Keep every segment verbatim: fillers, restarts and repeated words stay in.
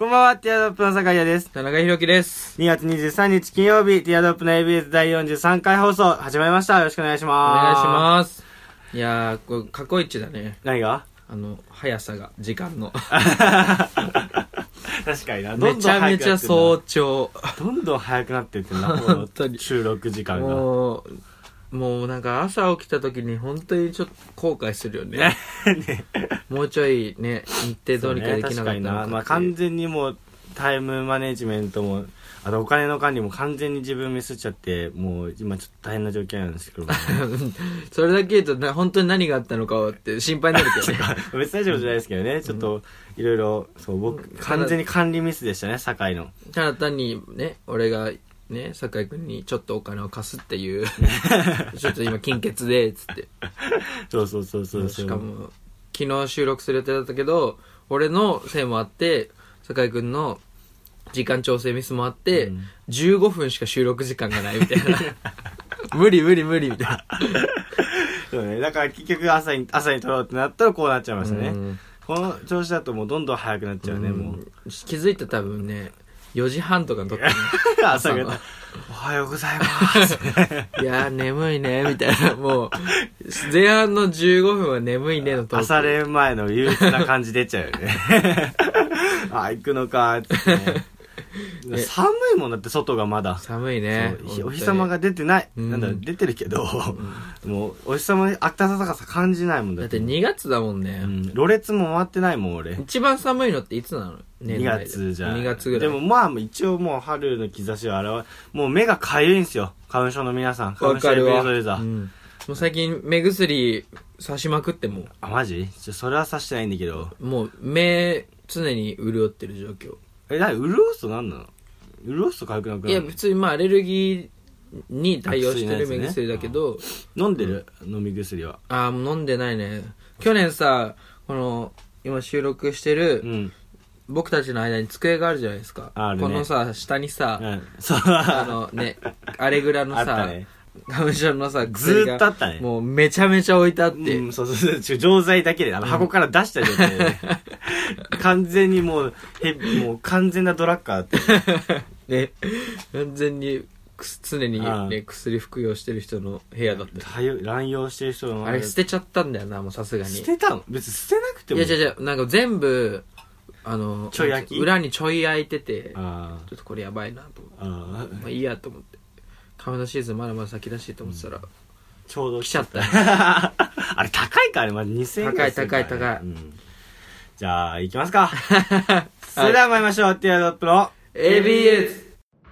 こんばんは、ティアドロップの坂井です。 田中裕樹です。 にがつにじゅうさんにち金曜日、ティアドロップの エービーエス だいよんじゅうさんかい放送始まりました。よろしくお願いします。 お願いします。いやー、これ過去一だね。 何が？ あの、速さが、時間の。 確かにな。どんめちゃどん早くなってんなめちゃ早朝。 どんどん早くなってってんな、 本当に収録時間が。 もう、もうなんか朝起きた時に本当にちょっと後悔するよね。 ねもうちょいね、日程どうにかできなかったのかっていう。 確かにな。まあ完全にもう、タイムマネジメントも、あとお金の管理も完全に自分ミスっちゃって、もう今ちょっと大変な状況なんですけど、ね、 それだけ言うとな、本当に何があったのかって心配になるけどね。 別に大丈夫じゃないですけどね、ちょっといろいろ、そう、僕、完全に管理ミスでしたね、堺の。 ただ単にね、俺がね、酒井くんにちょっとお金を貸すっていう、ちょっと今金欠で、つって。 そうそうそうそう。 しかも、昨日収録する予定だったけど、俺のせいもあって、酒井くんの時間調整ミスもあって、うん、じゅうごふんしか収録時間がないみたいな。無理無理無理みたいな。 そうね。だから結局朝に、朝に撮ろうってなったらこうなっちゃいましたね。うん、この調子だともうどんどん早くなっちゃうね、うん、もう。 気づいた多分ね、よじはんとかに撮ってね。 朝方。おはようございます。 いやー眠いね、みたいな。もう、前半のじゅうごふんは眠いねのトーク。 朝練前の憂鬱な感じ出ちゃうよね。あ、行くのか、ってね。寒いもんだって外がまだ寒いね。 お日様が出てない、うん、なんだ出てるけど、うん、もうお日様に暖かさ感じないもんだって。 だってにがつだもんね、 うん、ろれつも回ってないもん俺。 一番寒いのっていつなの？ね、 にがつじゃん。 にがつぐらい。 でもまあ一応もう春の兆しはあれはもう目がかゆいんすよ、花粉症の皆さん。 わかるわ。うん、 もう最近目薬刺しまくっても。 あ、マジ？ちょそれは刺してないんだけど、 もう目常に潤ってる状況。 え、なに潤すとなんなの？潤すと痒くなくなる？ いや普通にまあアレルギーに対応してる目薬だけど、ね、 飲んでる、うん、飲み薬は。 ああもう飲んでないね。去年さ、この今収録してる、うん、僕たちの間に机があるじゃないですか。 あるね。 このさ下にさ、うん、 そうあのねアレグラのさ、ね、花粉症のさ薬がずっとあったね。 もうめちゃめちゃ置いてあって、 うん、そうそうそう、錠剤だけであの箱から出した状態で、ね、うん、完全にもうへもう完全なドラッカーってね、完全に常にね薬服用してる人の部屋だった。 乱用してる人のあれ捨てちゃったんだよな、もうさすがに。 捨てたの？別に捨てなくても。 いや違う違う、なんか全部あのちょい焼き裏にちょい焼いてて、 あちょっとこれやばいなと思って、 あまあいいやと思って、花粉のシーズンまだまだ先だしと思ってたら、うん、 ちょうど来ちゃった、ね、 あれ高いかあれまだにせんえんぐらいするから、ね、 高い高い高い、うん、 じゃあ行きますか。それでは参りましょう、はい、ティアドロップのエービーエス。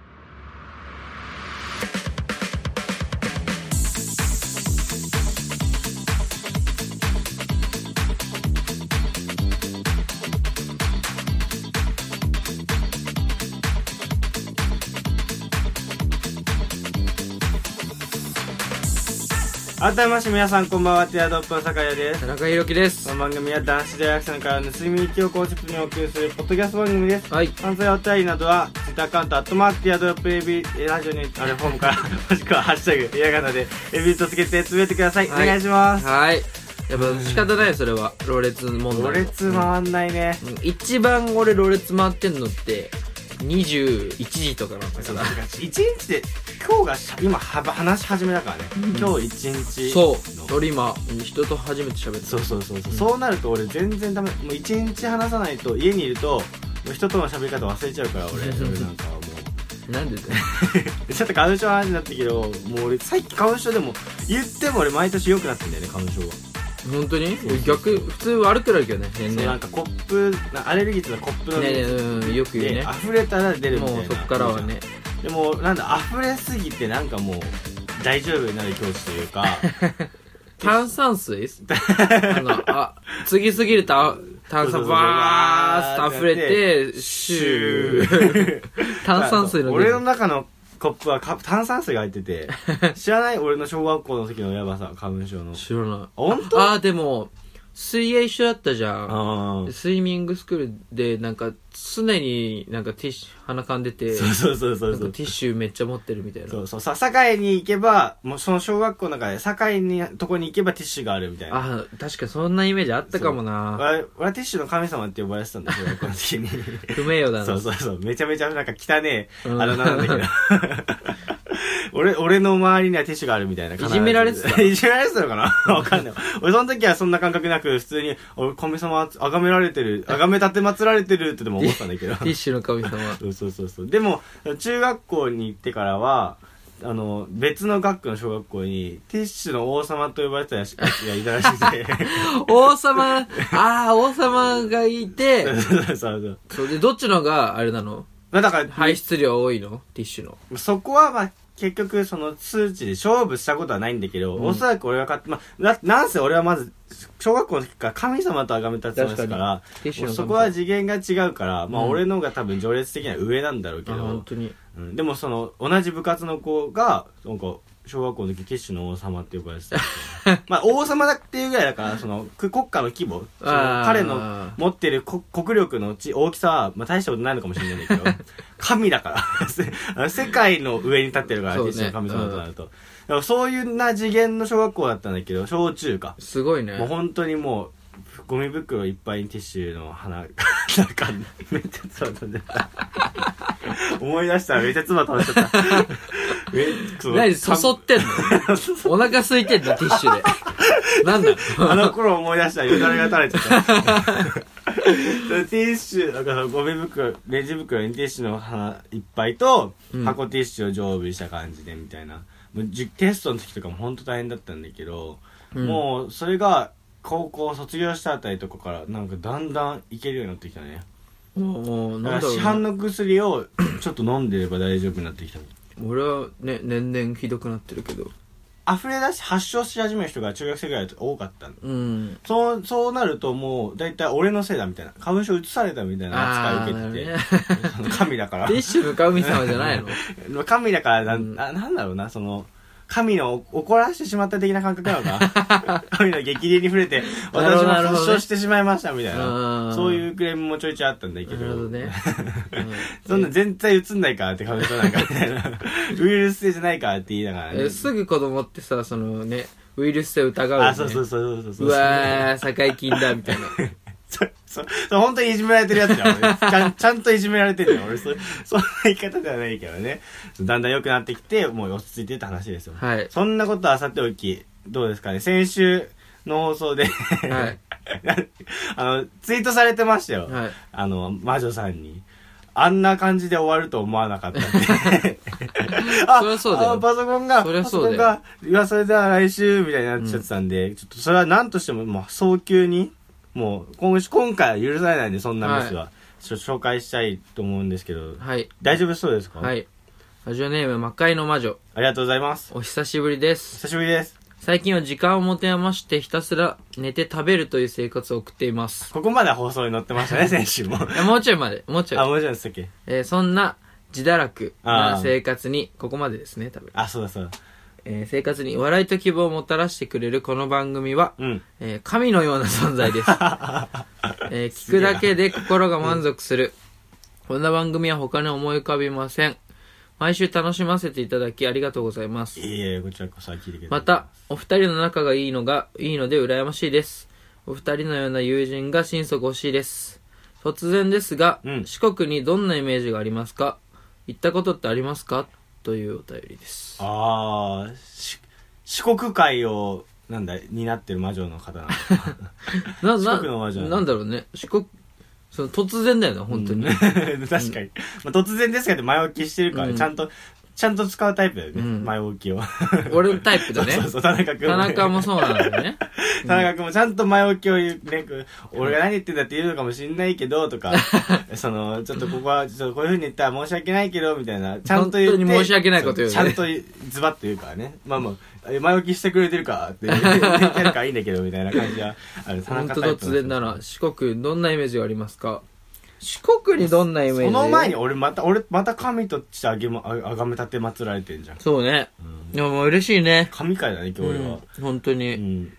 改めまして皆さんこんばんは、ティアドロップの坂井です。 田中裕樹です。 この番組は男子大学生から盗み行きをコンセプトにお送りするポッドキャスト番組です。 はい。 感想やお便りなどはツイッターアカウントアットマークティアドロップ エービー ラジオにあるフォームからもしくはハッシュタグひらがなでエービーとつけてつぶやいてください、はい、お願いします。 はい。やっぱ仕方ないよそれは、ろれつ問題。 ろれつ回んないね、 うん、一番俺ろれつ回ってんのってにじゅういちじとかなんだから。 いちにちで今日が今話し始めだからね、うん、今日いちにちそう俺今人と初めて喋って。 そうそうそうそう、うん、そうなると俺全然ダメ。もういちにち話さないと家にいるともう人との喋り方忘れちゃうから俺。それなんかはもうなんでだちょっと花粉症の話になったけど、もう俺さっき花粉症でも言っても俺毎年良くなってんだよね、花粉症は。 本当に？逆普通悪くなるけどね。 年々そうなんかコップアレルギーってのはコップのねね、うん、よく言うね。 溢れたら出るみたいな。 もうそっからはね。 でもなんだ溢れすぎてなんかもう大丈夫になる境地というか炭酸水あのあ次すぎると炭酸バーッと溢れてシュー炭酸水の俺の中のコップは炭酸水が入ってて知らない？俺の小学校の時のやばさ、花粉症の。 知らない。 本当？ あーでも水泳一緒だったじゃん。 ああ。 スイミングスクールでなんか常になんかティッシュ鼻かんでて、 そうそうそうそうそう。 なんかティッシュめっちゃ持ってるみたいな。 そうそう。さ、堺に行けば、もうその小学校の中で堺に、とこに行けばティッシュがあるみたいな。 あ、確かそんなイメージあったかもな。 俺俺はティッシュの神様って呼ばれてたんだ、小学校の時に。 不名誉だな。 そうそうそう。めちゃめちゃなんか汚ねえ、 うんあだ名なんだけど。俺、俺の周りにはティッシュがあるみたいな。 いじめられてたいじめられてたのかなわかんない。俺その時はそんな感覚なく、普通に、俺神様あがめられてる、あがめ立て祀られてるってでも思ったんだけど。 ティッシュの神様。 そうそうそうそう。でも、中学校に行ってからは、あの、別の学区の小学校に、ティッシュの王様と呼ばれてたやつがいたらしくて。 王様、ああ、王様がいて、 そうそうそう。 そうで、どっちのがあれなの？ まあだから、 排出量多いの？ティッシュの。 そこはまあ、結局その数値で勝負したことはないんだけど、うん、おそらく俺が買って、まあ、な、なんせ俺はまず、小学校の時から神様と崇め立てましたから、そこは次元が違うから、まあ俺のが多分序列的には上なんだろうけど、 本当に。 うん、でもその、同じ部活の子が、なんか、小学校の時ティッシュの王様って呼ばれてたまあ王様だっていうぐらいだからその国家の規模その彼の持ってる国力の大きさは、まあ、大したことないのかもしれないんだけど神だから世界の上に立ってるから、ね、ティッシュの神様となると、うん、だからそういうな次元の小学校だったんだけど小中かすごいねもう本当にもうゴミ袋いっぱいにティッシュの花なんかめっちゃ唾飛んでた思い出したらめっちゃ唾飛んでちゃった何そそってんのお腹空いてんのティッシュでなんだあの頃思い出したらよだれが垂れちゃったティッシュなんかゴミ袋レジ袋にティッシュの花いっぱいと、うん、箱ティッシュを常備した感じでみたいなもうテストの時とかも本当大変だったんだけど、うん、もうそれが高校卒業したあたりとかからなんかだんだんいけるようになってきたね。 おだから市販の薬をちょっと飲んでれば大丈夫になってきた。 俺はね年々ひどくなってるけど溢れ出し発症し始める人が中学生ぐらい多かったの、 うん、 そうそうなるともう大体俺のせいだみたいな花粉症移されたみたいな扱い受けてて、ね、神だからティッシュの神様じゃないの神だからな、うん、な, なんだろうなその神の怒らしてしまった的な感覚なのか神の激励に触れて私も発症してしまいましたみたいなそういうクレームもちょいちょいあったんだけどなるほどね、 うん、そんな全体映んないからって花粉症なんかみたいなウイルス性じゃないからって言いながらねすぐ子供ってさそのねウイルス性疑うよねあそうそうそうそうそううわー堺金だみたいなそ、そ、そ、本当にいじめられてるやつじゃん。俺ちゃん、ちゃんといじめられてるよ。俺、そ、そんな言い方ではないけどね。だんだん良くなってきて、もう落ち着いてって話ですよ。 はい。 そんなことはさておき、どうですかね。先週の放送ではい。 あの、ツイートされてましたよ。 はい。 あの、魔女さんに。あんな感じで終わると思わなかったんで。あ、 そりゃそうだよ。 あパソコンが、 そりゃそうだよ。 パソコンが、いや、それでは来週、みたいになっちゃってたんで、うん、ちょっとそれは何としても、もう早急に、もう今今回は許されないんでそんなミスは、はい、ちょ紹介したいと思うんですけど、 はい、 大丈夫そうですか？ はい。ラジオネーム魔界の魔女、 ありがとうございます。 お久しぶりです。 久しぶりです。 最近は時間を持て余してひたすら寝て食べるという生活を送っています。 ここまで放送に載ってましたね先週ももうちょいまでもうちょいあもうちょいでしたっけ、 えー、そんな自堕落な生活にここまでですね多分あそうだそうだえー、生活に笑いと希望をもたらしてくれるこの番組は、 うんえー、神のような存在です、えー、聞くだけで心が満足する、うん、こんな番組は他に思い浮かびません。毎週楽しませていただきありがとうございます。 いえいえこちらこそ聞いてくれてまたお二人の仲がいいのがいいので羨ましいです。お二人のような友人が心底欲しいです。突然ですが、うん、四国にどんなイメージがありますか？行ったことってありますか？というお便りです。 ああ、四国界をなんだ担ってる魔女の方なのかな。四国の魔女なの。 なんだろうね。四国その突然だよね本当に。うん、 確かに。まあ、突然ですけど前置きしてるから、うん、ちゃんとちゃんと使うタイプだよね、うん、前置きを。 俺のタイプだね。 そうそう田中君。 田中もそうなんだよね。 田中君もちゃんと前置きを言う、ね、俺が何言ってんだって言うのかもしんないけどとか、そのちょっとここはちょっとこういう風に言ったら申し訳ないけどみたいなちゃんと言って。 本当に申し訳ないこと言うね。 ちゃんとズバッと言うからね。まあまあ前置きしてくれてるかって言ってるからいいんだけどみたいな感じはある。田中タイプの。 本当突然だな。四国どんなイメージがありますか？四国にどんなイメージ？ その前に俺また俺また神としてあげまあがめ立て祀られてんじゃん。 そうね、うん、でも嬉しいね。 神界だね今日俺は、 うん、本当に、 うん、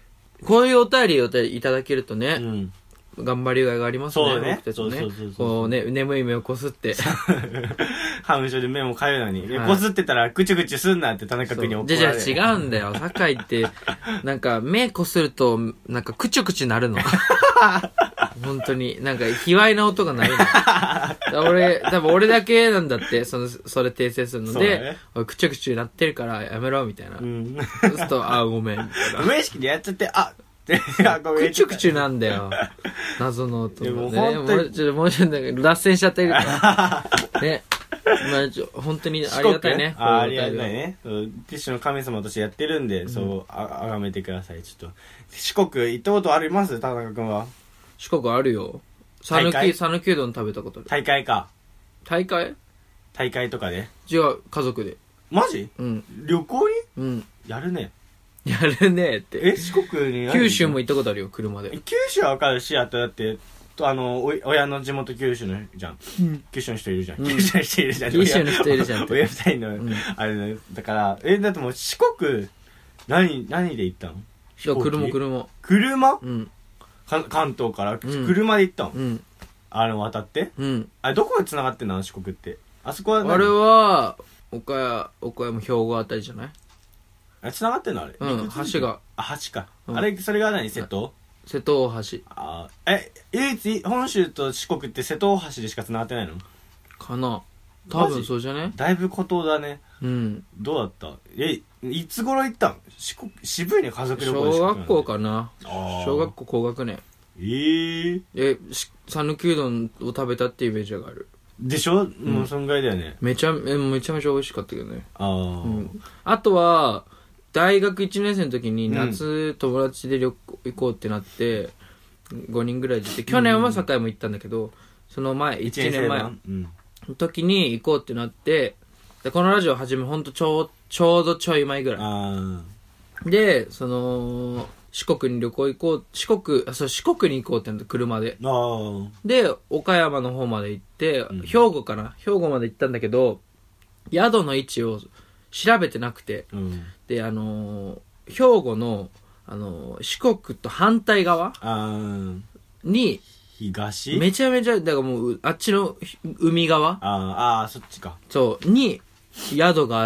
こういうお便りをいただけるとね、 うん頑張りがいがありますね。 そうね僕たちもねそうそうそうそう。 こうね、眠い目をこすって。 花粉症で目もかゆいのに。 はいこすってたら、ぐちゅぐちゅすんなって田中君に怒られる。 じゃじゃ違うんだよ。酒井って、なんか目こすると、なんかくちゅくちゅなるの。本当に。なんか、卑猥な音が鳴るの。俺、多分俺だけなんだって、その、それ訂正するので、 ね、 おい、くちゅくちゅなってるからやめろ、みたいな。 うん。 そうすると、あ、ごめん、みたいな。 無意識でやっちゃって、あってごめん。 くちゅくちゅなんだよ。謎の音がね。 でも本当にもうちょっと、もうちょっと、脱線しちゃってるから。ね。まあ、ちょ本当にありがたいね。 あありがたいね。ティッシュの神様としてやってるんで、うん、そうあ、あがめてください。ちょっと。四国行ったことあります田中君は。 四国あるよ。さぬき、さぬきうどん食べたことある。 大会か。 大会大会とかで違う、家族で。 マジ？ うん。 旅行に？ うん。 やるね。 やるねって。 え、四国に九州も行ったことあるよ、車で。 九州はわかるし、あとだって、あの、お親の地元九州のじゃん。うん、九州の人いるじゃん。うん、九州の人いるじゃん。 九州の人いるじゃん。 親二人の、うん、あれね。だから、え、だってもう四国、何、何で行ったの？ いや、車、車。 車？ うん。 か関東から、車で行ったの？ うん。 あの、渡って？ うん。 あれ、どこで繋がってんの四国って。あそこは何？ あれは、岡山、岡山、兵庫あたりじゃない？ あれ、繋がってんのあれ？ うん、橋が。 あ、橋か。うん、あれ、それが何？瀬戸？ 瀬戸大橋。 あえ、唯一、本州と四国って瀬戸大橋でしか繋がってないの？ かな。多分そうじゃね？ だいぶ孤島だね。 うん。 どうだった？え、いつ頃行ったん？四国、渋いね、家族旅行で。 小学校かな。小学校高学年。 えー、 え、讃岐うどんを食べたっていうイメージがある。 でしょ、うん、もうそんぐらいだよね。 めちゃ、めちゃめちゃ美味しかったけどね。 ああ、うん。 あとは、大学いちねん生の時に夏、うん、友達で旅行行こうってなって、ごにんぐらいで行って、去年は堺も行ったんだけど、その前、いちねんまえの時に行こうってなって、でこのラジオ始めほんとちょう、ちょうどちょい前ぐらい。 あで、その、四国に旅行行こう、四国、あ、そう、四国に行こうってなって車で。 あで、岡山の方まで行って、うん、兵庫かな兵庫まで行ったんだけど、宿の位置を調べてなくて、 うん、 で、あのー、兵庫の、あのー、四国と反対側に、 東めちゃめちゃ、だからもう、あっちの海側ああ、そっちか。 そう、に、宿があって、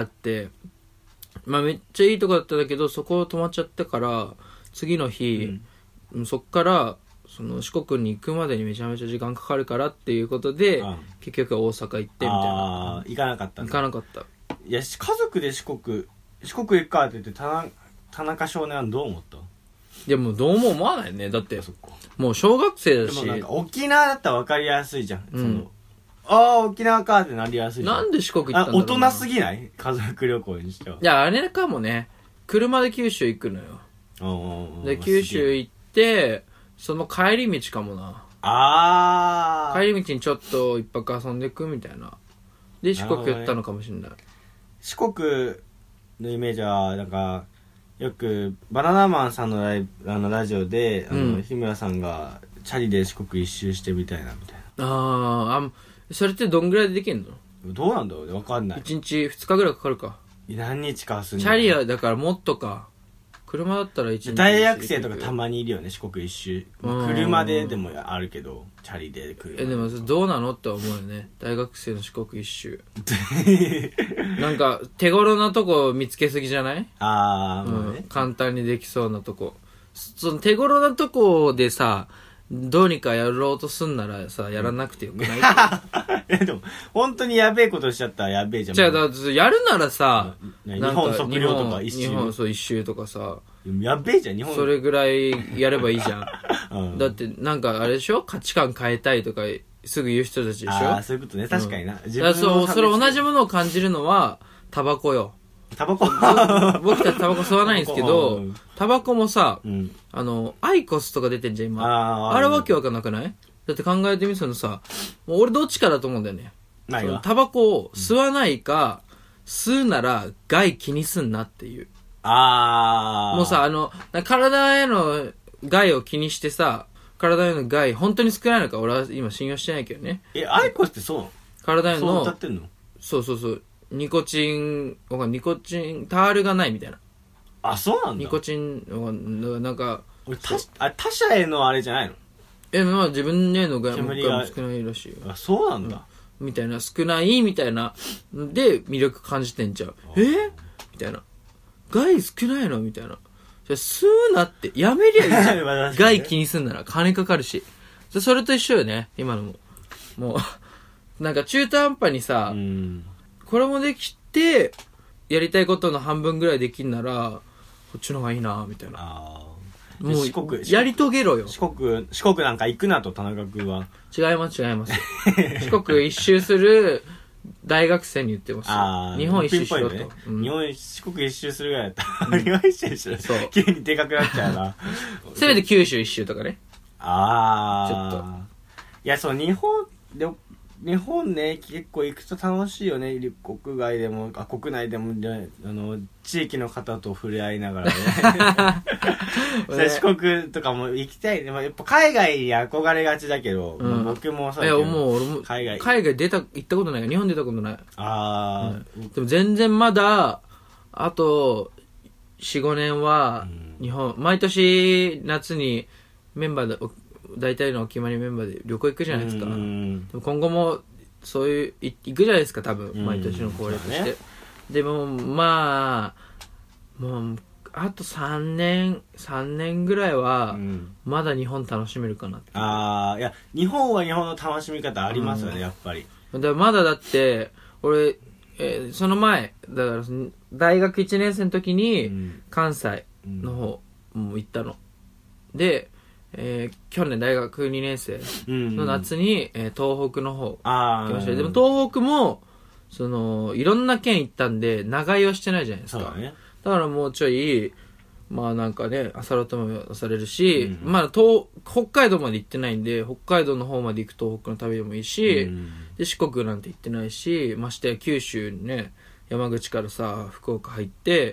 まあめっちゃいいとこだったんだけど、そこを泊まっちゃってから、次の日、うん、そっから、その四国に行くまでにめちゃめちゃ時間かかるからっていうことで、うん、結局は大阪行ってみたいな。 ああ、行かなかった行かなかった。 いや、家族で四国、四国行くかって言って、田田中少年はどう思った？ いや、もうどうも思わないね。だって、もう小学生だし。 でもなんか沖縄だったら分かりやすいじゃん。うん、そのああ、沖縄かってなりやすいじゃん。 なんで四国行ったんだろうな。 大人すぎない家族旅行にしては。 いや、あれかもね。車で九州行くのよ。で、九州行って、その帰り道かもな。 ああ。帰り道にちょっと一泊遊んでくみたいな。で、四国寄ったのかもしれない。ね、 四国のイメージは、なんか、よく、バナナマンさんのライあのラジオで、あの、うん、日村さんが、チャリで四国一周してみたいな、みたいな。 ああ、それってどんぐらいでできんの？ どうなんだろうね、わかんない。 いちにちふつかぐらいかかるか。 何日かするんチャリはだからもっとか。車だったらいちにち。 大学生とかたまにいるよね、四国一周。車ででもあるけど、チャリで来る。 え、でもどうなのって思うよね。大学生の四国一周。なんか、手頃なとこ見つけすぎじゃない？ あー、 うん、ね、簡単にできそうなとこ。その手頃なとこでさ、どうにかやろうとすんならさ、やらなくてよくない？ え、でも、本当にやべえことしちゃったらやべえじゃん。 じゃあ、だってやるならさ、 日本測量とか一周。 日本、そう、一周とかさ。 やべえじゃん、日本。 それぐらいやればいいじゃん。うん、だって、なんかあれでしょ？価値観変えたいとか、すぐ言う人たちでしょ？ ああ、そういうことね。確かにな。うん、 自分のそう、それ同じものを感じるのは、タバコよ。 タバコ僕たちタバコ吸わないんですけど、タバコもさ、うん、あの、アイコスとか出てんじゃん、今。あ, あれわけわかんなくない？だって考えてみそのさ、もう俺どっちかだと思うんだよね。そのタバコを吸わないか、うん、吸うなら害気にすんなっていう。 あー。 もうさ、あの、体への害を気にしてさ、体への害、本当に少ないのか俺は今信用してないけどね。 え、アイコスってそうなの？ 体への、 そう歌ってんの？ そうそうそう。ニコチン、ニコチン、タールがないみたいな。 あ、そうなんだ。 ニコチン、なんか、 俺他あ他者へのあれじゃないの？ えまあ自分へのが煙が少ないらしいよ。 あそうなんだ、 うん、みたいな少ないみたいなで魅力感じてんちゃう。えみたいな害少ないのみたいな。じゃ吸うなってやめりゃいいじゃん害気にすんなら金かかるし。それと一緒よね今のも。もうなんか中途半端にさ、うん、これもできてやりたいことの半分ぐらいできんならこっちの方がいいなみたいな。あもう四国やり遂げろよ。 四国四国なんか行くなと田中君は。 違います違います四国一周する大学生に言ってますよ。日本一周しろと、ねうん、 日本四国一周するぐらいだったら、うん、日本一周しろそう急にでかくなっちゃうなせめて九州一周とかね。 ああちょっといやそう日本で日本ね結構行くと楽しいよね。国外でもあ国内でもあの地域の方と触れ合いながらね四国とかも行きたい。やっぱ海外に憧れがちだけど、うん、僕もそうだけど。いやもう俺も海外海外出た行ったことないから日本出たことない。ああ、うん、でも全然まだあと よん,ご 年は日本、うん、毎年夏にメンバーで大体のお決まりメンバーで旅行行くじゃないですか。うんでも今後もそういう行くじゃないですか多分毎年の恒例として、ね、でもまあもうあとさんねんさんねんぐらいはまだ日本楽しめるかなって、 うん、ああいや日本は日本の楽しみ方ありますよね、うん、やっぱり。 だからまだだって俺、えー、その前だから大学いちねん生の時に関西の方も行ったの、うん、でえー、去年大学にねん生の夏に、うんうんえー、東北の方来ました。でも東北もそのいろんな県行ったんで長居はしてないじゃないですか。そうだね。だからもうちょいまあなんかね朝ロトもされるし、うん、まあ東北海道まで行ってないんで北海道の方まで行く東北の旅でもいいし、うん、で四国なんて行ってないしましてや九州にね山口からさ福岡入って、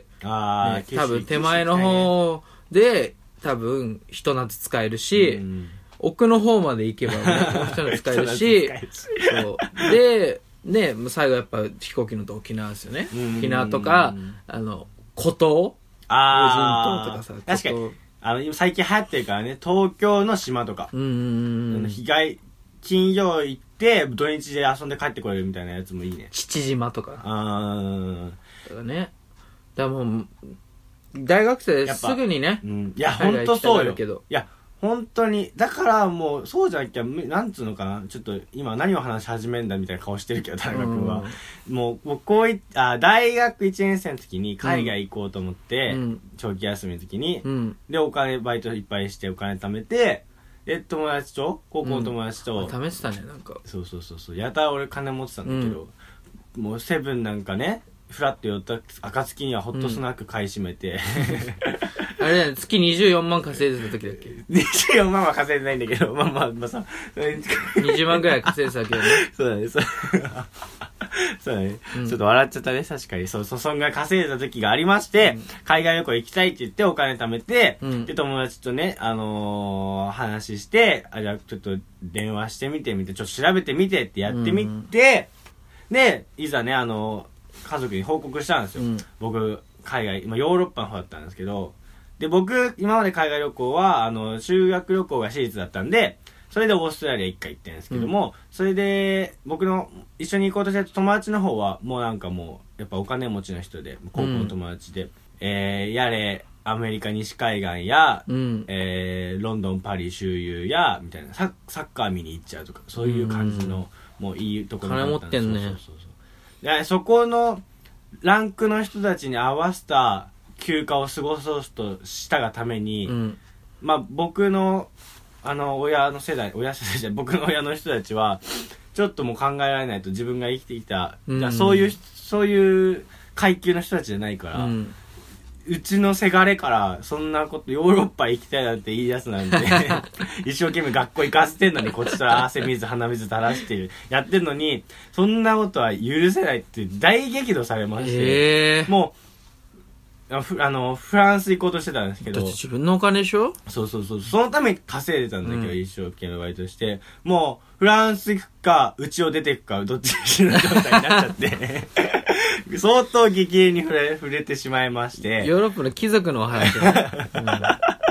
あね、多分手前の方で多分ひと夏使えるし、うん、奥の方まで行けばもうひと夏使えるしそうでね最後やっぱ飛行機のと沖縄ですよね。沖縄とかあの孤島ああとかさ確かにあの最近流行ってるからね東京の島とかうん日帰金曜行って土日で遊んで帰ってこれるみたいなやつもいいね。 父島とかああだからねだからもう大学生ですぐにね、 うん、いや本当そうよ。いや本当にだからもうそうじゃなきゃなんつうのかなちょっと今何を話し始めんだみたいな顔してるけど大学は、うん、もう僕こういあ大学いちねん生の時に海外行こうと思って、うん、長期休みの時に、うん、でお金バイトいっぱいしてお金貯めてで友達と高校の友達と、 うん、貯めてたねなんかそうそうそうそうやたら俺金持ってたんだけど、うん、もうセブンなんかねフラッと寄った暁にはホットスナック買い占めて、 うん、あれだね月にじゅうよんまん稼いでた時だっけ。 にじゅうよんまんは稼いでないんだけどまあまあまあさにじゅうまんぐらい稼いでたけどねそうだねそうそうだね、うん、ちょっと笑っちゃったね確かにそうそそんが稼いでた時がありまして、うん、海外旅行行きたいって言ってお金貯めて、うん、で友達とねあのー、話してあじゃあちょっと電話してみてみてちょっと調べてみてってやってみて、うん、でいざねあのー家族に報告したんですよ、うん、僕海外今ヨーロッパの方だったんですけどで僕今まで海外旅行はあの修学旅行が私立だったんでそれでオーストラリアいっかい行ってるんですけども、うん、それで僕の一緒に行こうとした友達の方はもうなんかもうやっぱお金持ちの人で高校の友達で、うん、えー、やれアメリカ西海岸や、うん、えー、ロンドンパリ周遊やみたいな サ, サッカー見に行っちゃうとかそういう感じの、うん、もういいところだったんです。金持ってんね。 そうそうそうでそこのランクの人たちに合わせた休暇を過ごそうとしたがために、うん、まあ僕のあの親の世代親世代じゃ僕の親の人たちはちょっともう考えられないと自分が生きてきた、うん、じゃあそういうそういう階級の人たちじゃないから、うん、うちのせがれからそんなことヨーロッパ行きたいなんて言い出すなんて一生懸命学校行かせてんのにこっちと汗水鼻水垂らしてるやってんのにそんなことは許せないって大激怒されまして、えー、もうあのフランス行こうとしてたんですけどだって自分のお金でしょ。 そうそうそうそのために稼いでたんだけど、うん、一生懸命バイトしてもうフランス行くかうちを出ていくかどっちにしろ状態になっちゃって相当激励に触れ、触れてしまいましてヨーロッパの貴族のお話、ねうん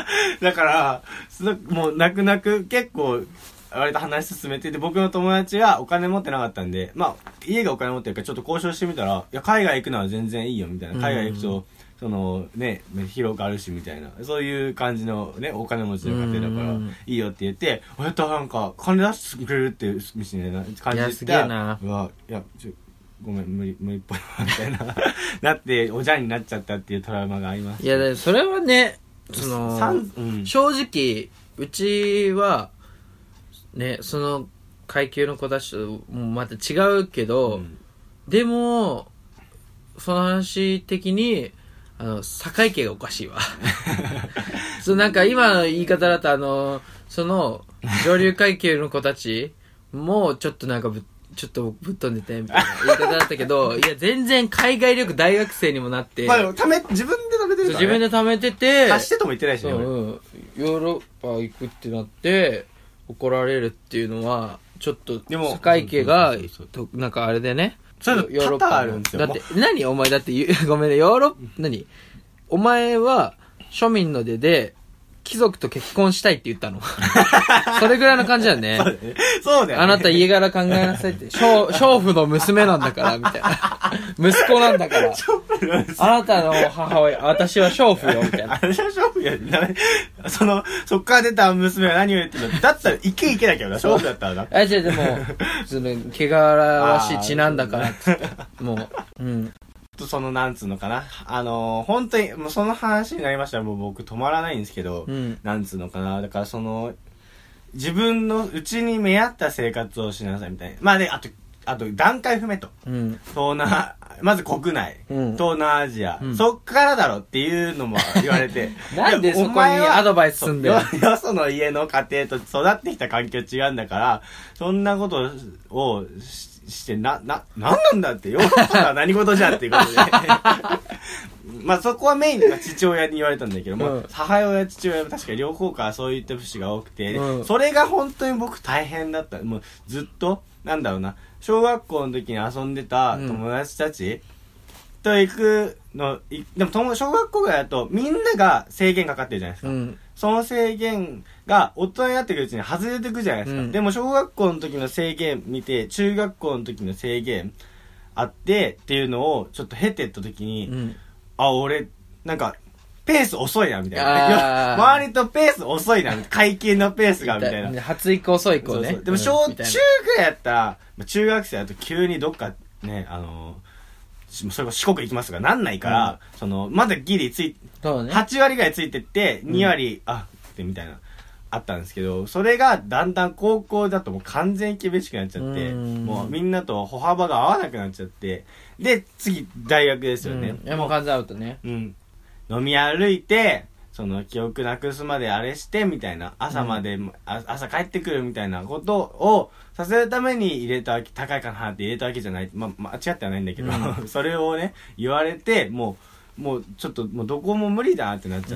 だからそのもう泣く泣く結構割と話進めて、で僕の友達はお金持ってなかったんで、まあ家がお金持ってるからちょっと交渉してみたら、いや海外行くのは全然いいよみたいな、海外行くとそのね広くあるしみたいな、そういう感じのねお金持ちの家庭だからいいよって言って、やったらなんか金出してくれるっていうみたいな感じで、いやすげえな、 うわいやちょごめん無理無理っぽいわみたいななっておじゃんになっちゃったっていうトラウマがあります。 いやでそれはね、その、うん、正直うちはね、その階級の子たちともまた違うけど、うん、でもその話的にあの堺家がおかしいわそうなんか今の言い方だとあのその上流階級の子たちもちょっとなんかぶちょっとぶっ飛んでてみたいな言い方だったけどいや全然海外旅行大学生にもなって、 まあでもため自分で貯めてるから、ね、 自分で貯めてて貸してとも言ってないしね、 うん、ヨーロッパ行くってなって怒られるっていうのはちょっと堺家がなんかあれでね、 そういうの多々あるんですよ。 だって何お前だってごめんねヨーロッパ何お前は庶民の出で貴族と結婚したいって言ったのそれぐらいの感じだよね。 そうだよね。そうだよね。 あなた家柄考えなさいって。娼婦の娘なんだから、みたいな。息子なんだから。あなたの母親、私は娼婦よ、みたいな。 私は娼婦よ。その、そっから出た娘は何を言ってるのだったら、いけいけだけどな、娼婦だったらな。 あ、違う、でも、その、汚らわしい血なんだから、つって。もう、うん。 そのなんつうのかな、あのー、本当にもうその話になりましたらもう僕止まらないんですけど、うん、なんつうのかな、だからその自分のうちに目合った生活をしなさいみたいな、まあであとあと段階踏めと、うん、東南まず国内、うん、東南アジア、うん、そっからだろっていうのも言われてなんでそこにアドバイスすんだよ。 よその家の家庭と育ってきた環境違うんだから、そんなことをしてな、な、なんなんだって、ヨーロッパは何事じゃんっていうことでまあそこはメインが父親に言われたんだけども、うん、母親父親は確か両方からそういった節が多くて、うん、それが本当に僕大変だった。もうずっとなんだろうな、小学校の時に遊んでた友達たちと行くの、でも小学校ぐらいだとみんなが制限かかってるじゃないですか、うん、その制限が大人になってくるうちに外れてくじゃないですか、うん、でも小学校の時の制限見て中学校の時の制限あってっていうのをちょっと経てった時に、うん、あ俺なんかペース遅いなみたいな周りとペース遅いな会計のペースがみたいな発育遅い子ね。そうそうでも小中ぐらいやったら中学生だと急にどっかねあのそれこそ四国行きますがなんないから、うん、そのまだギリつい、ね、はちわりぐらいついてってにわり、うん、あってみたいなあったんですけど、それがだんだん高校だともう完全に厳しくなっちゃって、もうみんなと歩幅が合わなくなっちゃって、で次大学ですよね、 うん、いやもう完全アウトね、 うん、飲み歩いてその記憶なくすまであれしてみたいな、朝まで、うん、朝帰ってくるみたいなことをさせるために入れたわけ、高いかなって入れたわけじゃない、まあ、間違ってはないんだけど、うん、それをね言われてもうもうちょっともうどこも無理だってなっちゃって、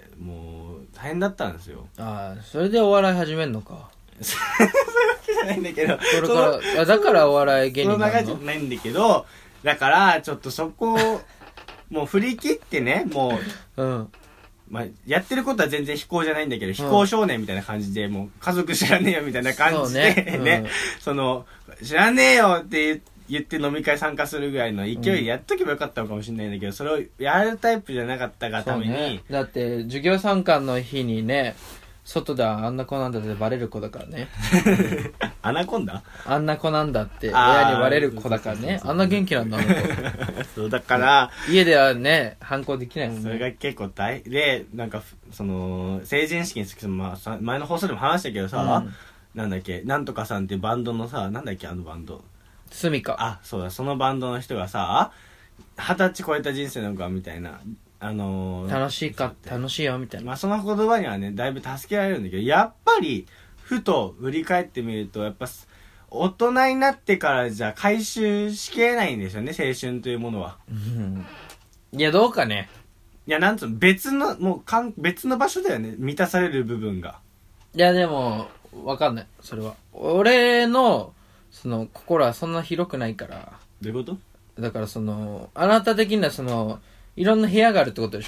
うん、もう大変だったんですよ。 ああ、それでお笑い始めんのか。 そういうわけじゃないんだけど、 それからだからお笑い芸人なの。 その流れじゃないんだけど、だからちょっとそこをもう振り切ってね、もう、うんまあ、やってることは全然非行じゃないんだけど、非行少年みたいな感じで、もう家族知らねえよみたいな感じで、ね、うん、ね、その、知らねえよって言って飲み会参加するぐらいの勢いでやっとけばよかったのかもしれないんだけど、それをやるタイプじゃなかったがために、ね、 だって授業参観の日にね、外であんな子なんだってバレる子だからね。 アナコンダあんな子なんだって親にバレる子だからね。あんな元気なんだあの子。 そうだから家ではね反抗できないもんね。 それが結構大でなんかその成人式にする、まあ、前の放送でも話したけどさ、うん、なんだっけなんとかさんっていうバンドのさ、なんだっけあのバンドスミカ。 あ、そうだ、そのバンドの人がさ二十歳超えた人生の子みたいな、あのー、 楽しいか楽しいよみたいな、 まあその言葉にはねだいぶ助けられるんだけど、やっぱりふと振り返ってみるとやっぱ大人になってからじゃ回収しきれないんですよね、青春というものは。 うん、いやどうかね。 いやなんつうの、別のもうかん別の場所だよね、満たされる部分が。 いやでもわかんない、それは俺のその心はそんな広くないから。 どういうこと？ だからそのあなた的にはそのいろんな部屋があるってことでしょ、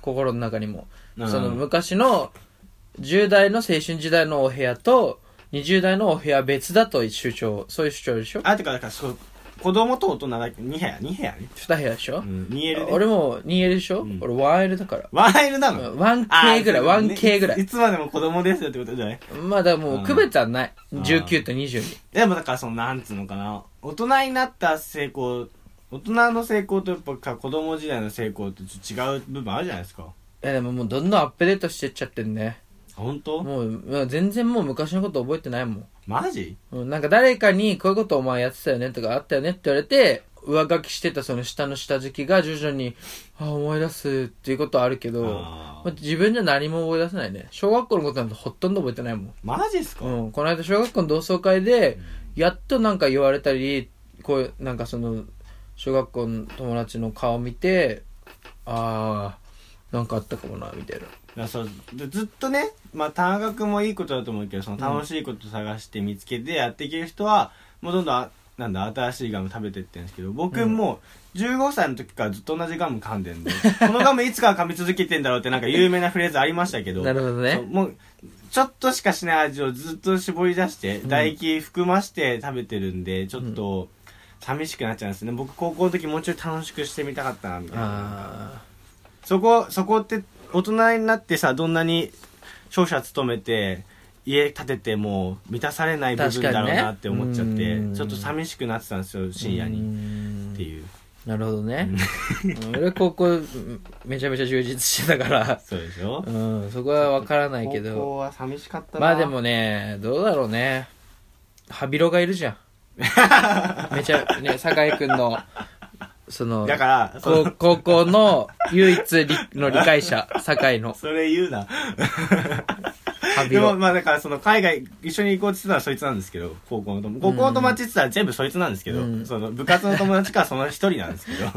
心の中にも、 うん、 その昔のじゅう代の青春時代のお部屋とにじゅう代のお部屋別だという主張、そういう主張でしょ。 あ、てかだからそう、子供と大人がに部屋に部屋ね、に部屋でしょ、うん、 にエル ね。 俺も にエル でしょ、うん、俺 ワンエル だから。 ワンエル なの ? ワンケー ぐらい、ワンケー ぐらい。 いつまでも子供ですよってことじゃない？ まあだからもう区別はない。うん、じゅうきゅうとにじゅうに。 でもだからその、なんつうのかな。大人になった成功、大人の成功とやっぱ子供時代の成功ってちょっと違う部分あるじゃないですか。 いやでももうどんどんアップデートしてっちゃってんね。 本当？ もう全然もう昔のこと覚えてないもん。 マジ？ うん、なんか誰かにこういうことお前やってたよねとかあったよねって言われて、上書きしてたその下の下敷きが徐々にあ思い出すっていうことはあるけど、まあ、自分じゃ何も思い出せないね。小学校のことなんてほとんど覚えてないもん。 マジっすか？ うん。この間小学校の同窓会でやっとなんか言われたり、こうなんかその小学校の友達の顔見て、あーなんかあったかもなみたいな。 だそうでずっとね、まあ田中君もいいことだと思うけど、その楽しいこと探して見つけてやっていける人は、うん、もうどんどんなんだ新しいガム食べてってるんですけど、僕もじゅうごさいの時からずっと同じガム噛んでんで、このガムいつから噛み続けてんだろうってなんか有名なフレーズありましたけどなるほどね。 もうちょっとしかしない味をずっと絞り出して唾液含まして食べてるんで、ちょっと寂しくなっちゃうんですね。僕高校の時もうちょい楽しくしてみたかったなみたいな。あそこそこって大人になってさ、どんなに商社勤めて家建てても満たされない部分だろうなって思っちゃって、ね、ちょっと寂しくなってたんですよ深夜にっていう。 なるほどね。俺高校めちゃめちゃ充実してたからそうでしょ、 うん、そこは分からないけど、 高校は寂しかったな。 まあでもね、どうだろうね、ハビロがいるじゃんめちゃね、酒井くんのそのだからそ高校の唯一の理解者酒井のそれ言うなでもまあだからその海外一緒に行こうって言ってたらそいつなんですけど、高校の友高校の友達って言ったら全部そいつなんですけど、うん、その部活の友達からその一人なんですけど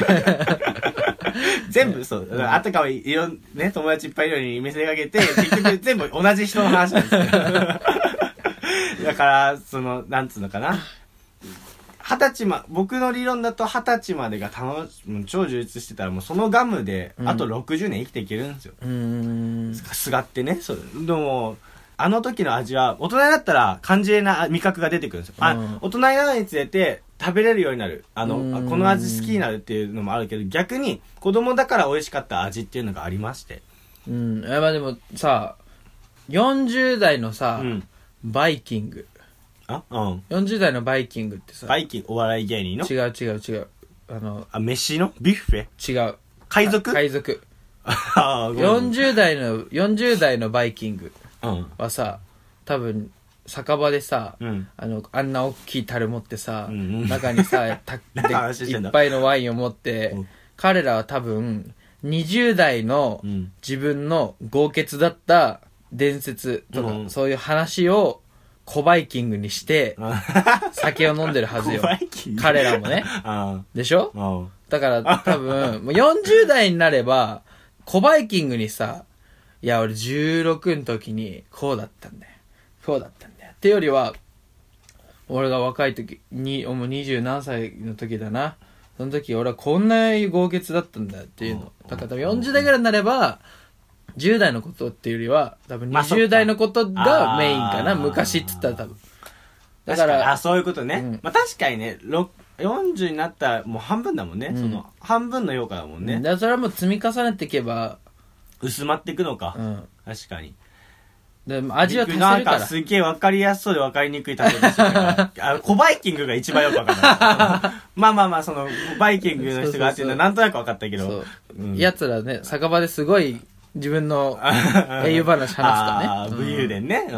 全部そう、うん、あたかはいろんね友達いっぱいいるように見せかけて結局全部同じ人の話なんですけどだからそのなんつうのかな、二十歳ま、僕の理論だと二十歳までが楽し、超充実してたらもうそのガムであとろくじゅうねん生きていけるんですよ。うーん。すがってね。そう。でも、あの時の味は大人になったら感じれない味覚が出てくるんですよ。あ、うん、大人になるにつれて食べれるようになる。あの、あこの味好きになるっていうのもあるけど、逆に子供だから美味しかった味っていうのがありまして。 うん。まあでもさ、よんじゅう代のさ、うん、バイキング。 あうん。 よんじゅう代のバイキングってさ。 バイキング、お笑い芸人の違う違う違う。あの、 あ、飯のビュッフェ違う。 海賊海賊。よんじゅう代の、よんじゅう代のバイキングはさ、多分、酒場でさ、うん、あの、あんな大きい樽持ってさ、うんうん、中にさ、たでいっぱいのワインを持って、うん、彼らは多分、にじゅう代の自分の豪傑だった伝説とか、うん、そういう話を、小バイキングにして酒を飲んでるはずよ彼らもねでしょ。だから多分もうよんじゅう代になれば小バイキングにさ、いや俺じゅうろくの時にこうだったんだよこうだったんだよってよりは、俺が若い時にもうにじゅう何歳の時だな、その時俺はこんな豪傑だったんだっていうの。だから多分よんじゅう代ぐらいになればじゅう代のことっていうよりは多分にじゅう代のことがメインかな、昔っつったら多分。 だから、あ、そういうことね。うん、まあ確かにね、よんじゅうになったらもう半分だもんね。うん、その半分の評価だもんね。 だからそれはもう積み重ねていけば薄まっていくのか。 うん、 確かに。 で味は足せるから。 なんかすげえ分かりやすそうで分かりにくい例えでするからあ小バイキングが一番よく分かんないまあまあまあそのバイキングの人がっていうのはなんとなく分かったけど、そうそうそう、うん、やつらね酒場ですごい自分の英雄話話すかね。ああ、武勇伝ね。うん。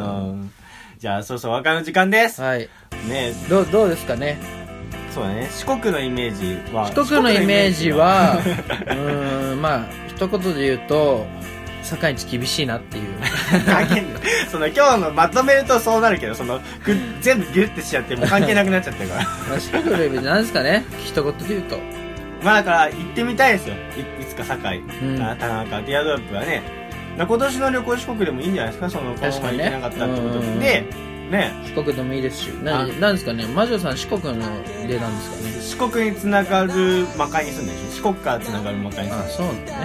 じゃあ、そうそう、和解の時間です。 はい。 ねどう、どうですかね。 そうだね。四国のイメージは。 四国のイメージは、うーん、まあ、一言で言うと、坂道厳しいなっていう。 関係ない。その、今日のまとめるとそうなるけど、その、全部ギュッてしちゃって、もう関係なくなっちゃってるから。 四国のイメージなんですかね。一言で言うと。 まあだから行ってみたいですよ。 い, いつか堺、うん、田中ティアドロップはね、今年の旅行四国でもいいんじゃないですか。そのこのまま行けなかったってことで、ね、ね四国でもいいですし、なんなんですかね、魔女さん四国の例なんですかね。 四国につながる魔界に住んでるでしょ。四国からつながる魔界に住んでる。 あ、そうなんだね。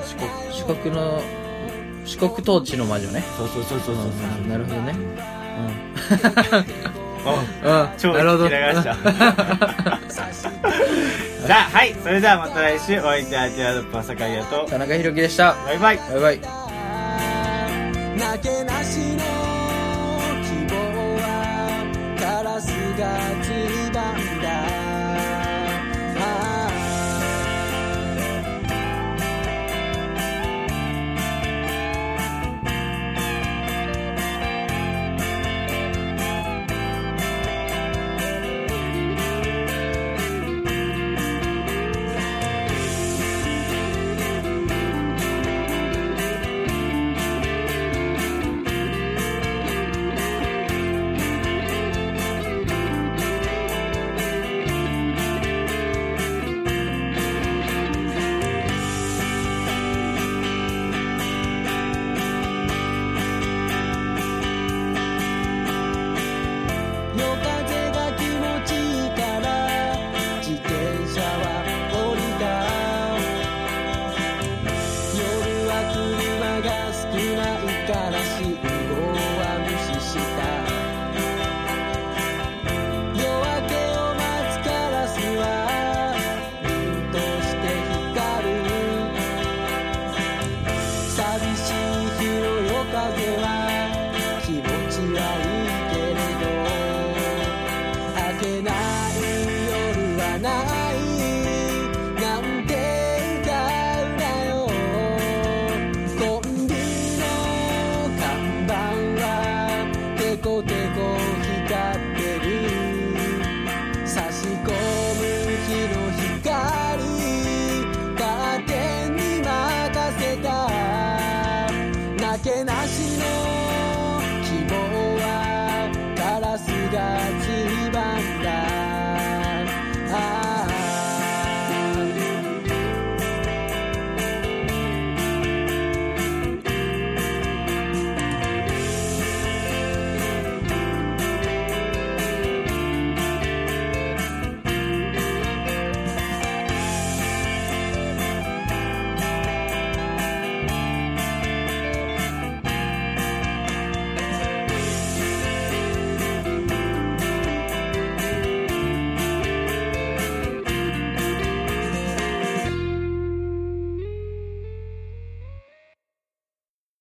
四国四国の四国統治の魔女ね。 そうそうそうそうそうそう、 なるほどね。 うん、うん、超なるほど。 流したじゃあ、はい、それではまた来週お相手はティアドロップ朝影と田中宏樹でした。 バイバイバイバイ。 なけなしの希望はカラスがついばんだ。ない夜はない